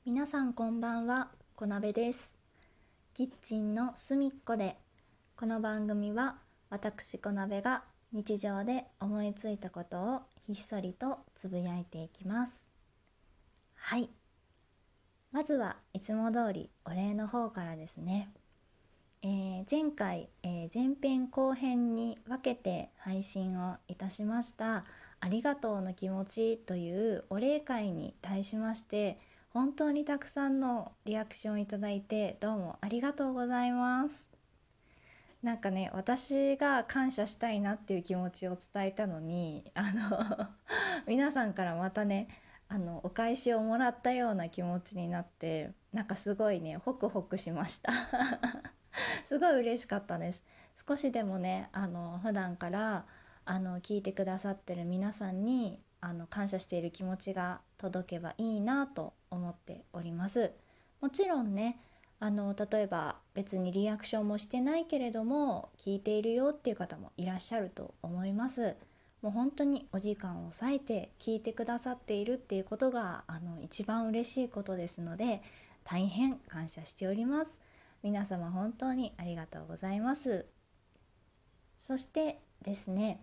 皆さんこんばんは、こなべです。キッチンの隅っこで、この番組は私こなべが日常で思いついたことをひっそりとつぶやいていきます。はい、まずはいつも通りお礼の方からですね。前回、前編後編に分けて配信をいたしましたありがとうの気持ちというお礼会に対しまして、本当にたくさんのリアクションいただいて、どうもありがとうございます。なんかね、私が感謝したいなっていう気持ちを伝えたのに、皆さんからまたね、お返しをもらったような気持ちになって、なんかすごいね、ホクホクしましたすごい嬉しかったです。少しでもね、普段から聞いてくださってる皆さんに感謝している気持ちが届けばいいなと思っております。もちろんね、例えば別にリアクションもしてないけれども聞いているよっていう方もいらっしゃると思います。もう本当にお時間を割いて聞いてくださっているっていうことが一番嬉しいことですので、大変感謝しております。皆様本当にありがとうございます。そしてですね、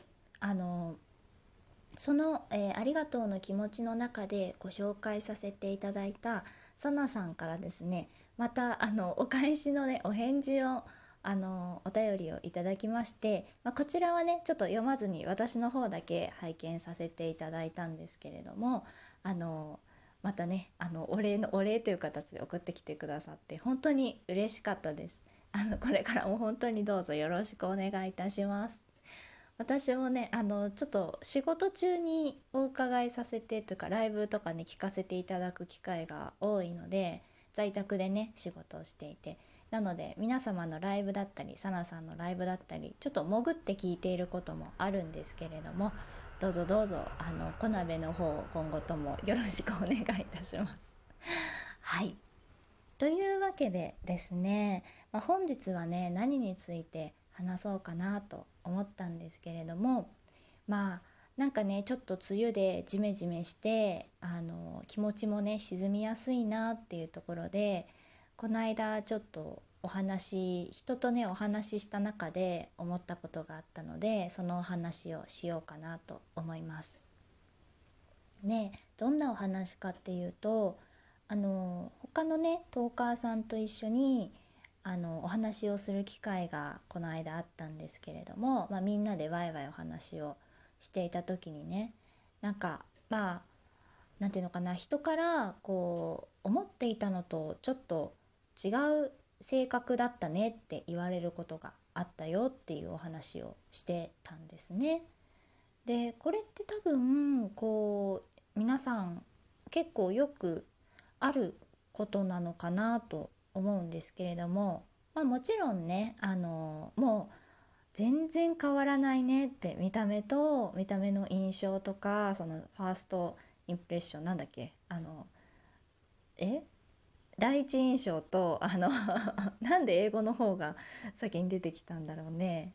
その、ありがとうの気持ちの中でご紹介させていただいたサナさんからですね、またお返しのねお返事をお便りをいただきまして、こちらはねちょっと読まずに私の方だけ拝見させていただいたんですけれども、またねお礼という形で送ってきてくださって本当に嬉しかったです。これからも本当にどうぞよろしくお願いいたします。私もねちょっと仕事中にお伺いさせてというかライブとかね聞かせていただく機会が多いので、在宅でね仕事をしていて、なので皆様のライブだったりサナさんのライブだったりちょっと潜って聞いていることもあるんですけれども、どうぞどうぞ小鍋の方今後ともよろしくお願いいたします。はい、というわけでですね、本日はね何について話そうかなと思ったんですけれども、なんかねちょっと梅雨でジメジメして気持ちもね沈みやすいなっていうところで、この間ちょっと人とねお話しした中で思ったことがあったので、そのお話をしようかなと思いますね。どんなお話かっていうと、他のねトーカーさんと一緒にお話をする機会がこの間あったんですけれども、みんなでワイワイお話をしていた時にね、なんかなんていうのかな、人からこう思っていたのとちょっと違う性格だったねって言われることがあったよっていうお話をしてたんですね。でこれって多分こう皆さん結構よくあることなのかなと思うんですけれども、もちろんねもう全然変わらないねって、見た目の印象とか、そのファーストインプレッションなんだっけ、え第一印象となんで英語の方が先に出てきたんだろうね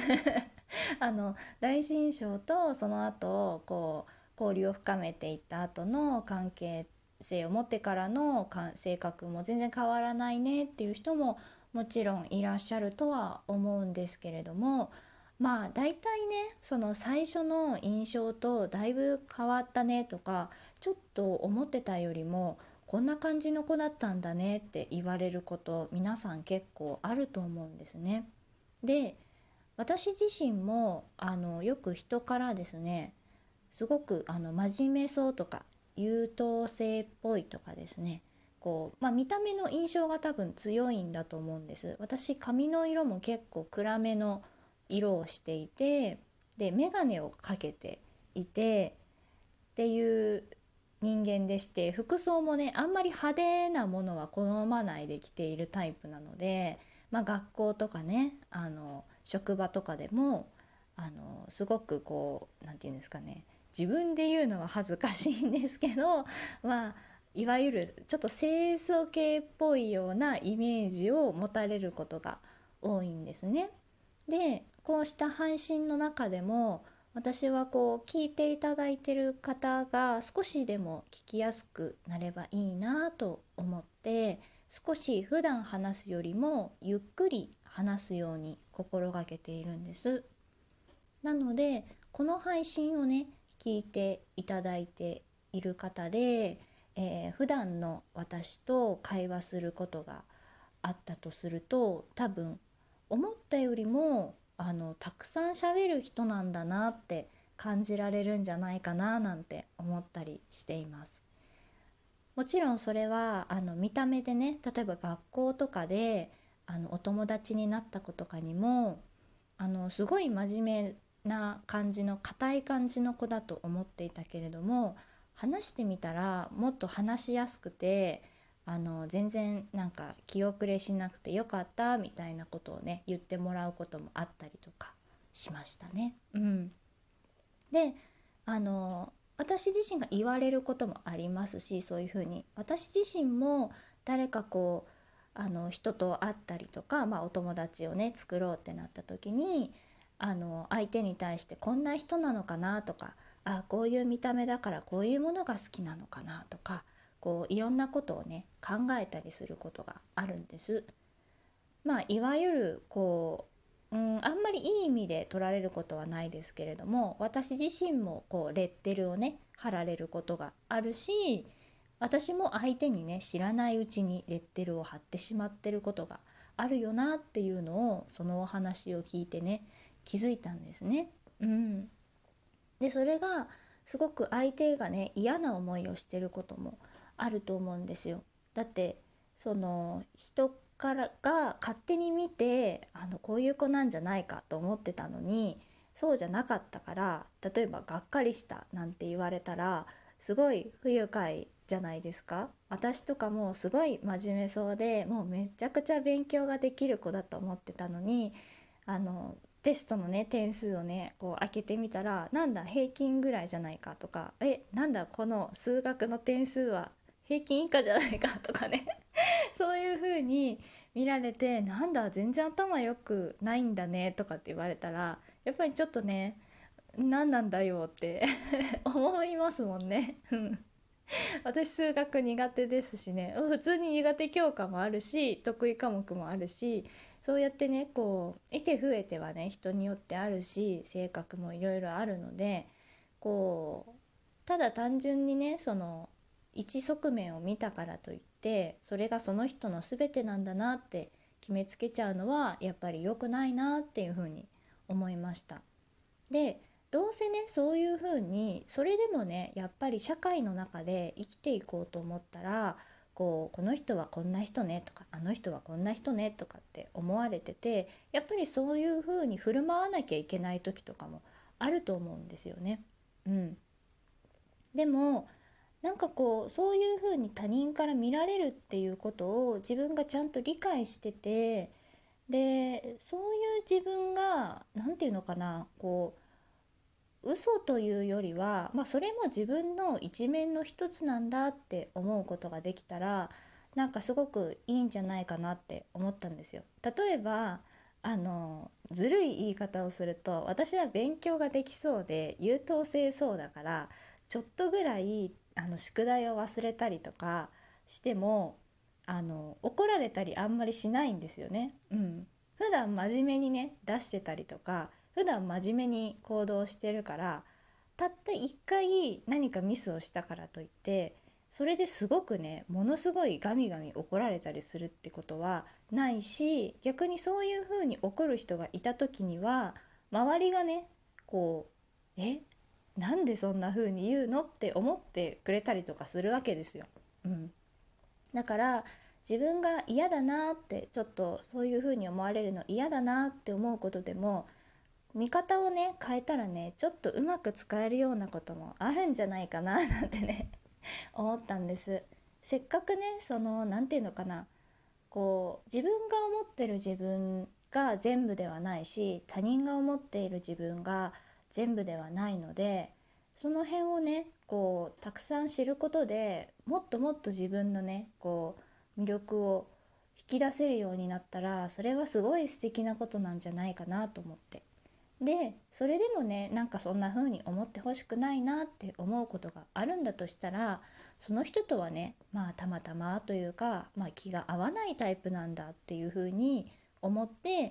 第一印象とその後こう交流を深めていった後の関係性を持ってからの性格も全然変わらないねっていう人ももちろんいらっしゃるとは思うんですけれども、大体ねその最初の印象とだいぶ変わったねとか、ちょっと思ってたよりもこんな感じの子だったんだねって言われること皆さん結構あると思うんですね。で私自身もよく人からですね、すごく真面目そうとか優等生っぽいとかですね、見た目の印象が多分強いんだと思うんです。私髪の色も結構暗めの色をしていて、で眼鏡をかけていてっていう人間でして、服装もねあんまり派手なものは好まないで着ているタイプなので、学校とかね職場とかでもすごくなんていうんですかね、自分で言うのは恥ずかしいんですけど、いわゆるちょっと清楚系っぽいようなイメージを持たれることが多いんですね。でこうした配信の中でも私はこう聞いていただいてる方が少しでも聞きやすくなればいいなと思って、少し普段話すよりもゆっくり話すように心がけているんです。なのでこの配信をね聞いていただいている方で、普段の私と会話することがあったとすると、多分思ったよりもたくさん喋る人なんだなって感じられるんじゃないかななんて思ったりしています。もちろんそれは見た目でね、例えば学校とかでお友達になった子とかにもすごい真面目な感じの硬い感じの子だと思っていたけれども、話してみたらもっと話しやすくて、全然なんか気遅れしなくてよかったみたいなことをね言ってもらうこともあったりとかしましたね。で私自身が言われることもありますし、そういうふうに私自身も誰かこう人と会ったりとか、お友達をね作ろうってなった時に相手に対してこんな人なのかなとか、こういう見た目だからこういうものが好きなのかなとか、こういろんなことをね考えたりすることがあるんです。いわゆるこう、あんまりいい意味で取られることはないですけれども、私自身もこうレッテルをね貼られることがあるし、私も相手にね知らないうちにレッテルを貼ってしまってることがあるよなっていうのを、そのお話を聞いてね気づいたんですね。でそれがすごく相手がね嫌な思いをしてることもあると思うんですよ。だってその人からが勝手に見てこういう子なんじゃないかと思ってたのに、そうじゃなかったから、例えばがっかりしたなんて言われたらすごい不愉快じゃないですか。私とかもすごい真面目そうで、もうめちゃくちゃ勉強ができる子だと思ってたのに、あのテストのね点数をねこう開けてみたら、なんだ平均ぐらいじゃないかとか、なんだこの数学の点数は平均以下じゃないかとかねそういう風に見られて、なんだ全然頭良くないんだねとかって言われたら、やっぱりちょっとね、何なんだよって思いますもんね私数学苦手ですしね、普通に苦手教科もあるし得意科目もあるし、そうやってねこう得て増えてはね人によってあるし、性格もいろいろあるので、こうただ単純にねその一側面を見たからといってそれがその人の全てなんだなって決めつけちゃうのはやっぱり良くないなっていうふうに思いました。でどうせねそういう風にそれでもねやっぱり社会の中で生きていこうと思ったら、この人はこんな人ねとか、あの人はこんな人ねとかって思われてて、やっぱりそういう風に振る舞わなきゃいけない時とかもあると思うんですよね。でもなんかこうそういう風に他人から見られるっていうことを自分がちゃんと理解してて、でそういう自分が何て言うのかな、こう嘘というよりは、それも自分の一面の一つなんだって思うことができたら、なんかすごくいいんじゃないかなって思ったんですよ。例えばずるい言い方をすると、私は勉強ができそうで優等生そうだから、ちょっとぐらい宿題を忘れたりとかしても怒られたりあんまりしないんですよね。普段真面目にね出してたりとか、普段真面目に行動してるから、たった一回何かミスをしたからといってそれですごくねものすごいガミガミ怒られたりするってことはないし、逆にそういう風に怒る人がいた時には周りがねこうなんでそんな風に言うのって思ってくれたりとかするわけですよ。だから自分が嫌だなって、ちょっとそういう風に思われるの嫌だなって思うことでも、見方をね変えたらねちょっとうまく使えるようなこともあるんじゃないかななんてね思ったんです。せっかくねその何て言うのかな、こう自分が思ってる自分が全部ではないし、他人が思っている自分が全部ではないので、その辺をねこうたくさん知ることでもっともっと自分のねこう魅力を引き出せるようになったら、それはすごい素敵なことなんじゃないかなと思って。 でそれでもねなんかそんな風に思ってほしくないなって思うことがあるんだとしたら、その人とはねまあたまたまというか、まあ、気が合わないタイプなんだっていう風に思って、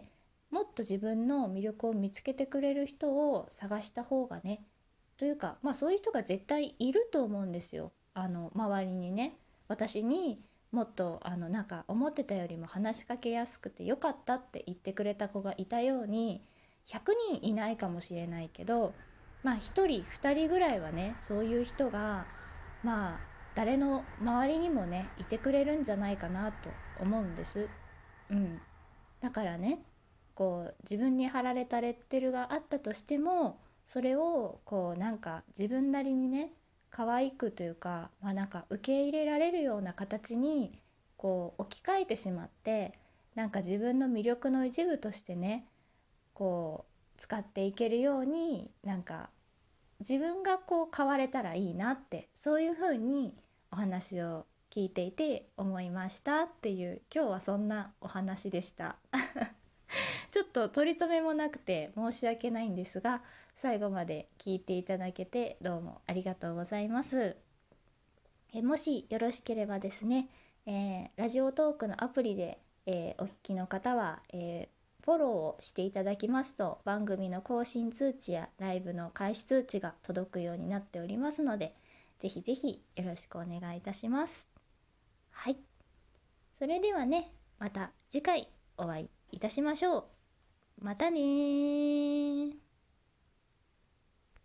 もっと自分の魅力を見つけてくれる人を探した方がね、というかまあそういう人が絶対いると思うんですよ。周りにね、私にもっとなんか思ってたよりも話しかけやすくてよかったって言ってくれた子がいたように、100人いないかもしれないけど、まあ1人2人ぐらいはねそういう人がまあ誰の周りにもねいてくれるんじゃないかなと思うんです。うん、だからね、こう自分に貼られたレッテルがあったとしても、それをこうなんか自分なりにね可愛くというか、まあ、なんか受け入れられるような形にこう置き換えてしまって、なんか自分の魅力の一部としてねこう使っていけるように、なんか自分がこう変われたらいいなって、そういう風にお話を聞いていて思いましたっていう、今日はそんなお話でした。ちょっと取り留めもなくて申し訳ないんですが、最後まで聞いていただけてどうもありがとうございます。もしよろしければですね、ラジオトークのアプリで、お聞きの方は、フォローをしていただきますと番組の更新通知やライブの開始通知が届くようになっておりますので、ぜひぜひよろしくお願いいたします。はい、それではね、また次回お会いいたしましょう。またね。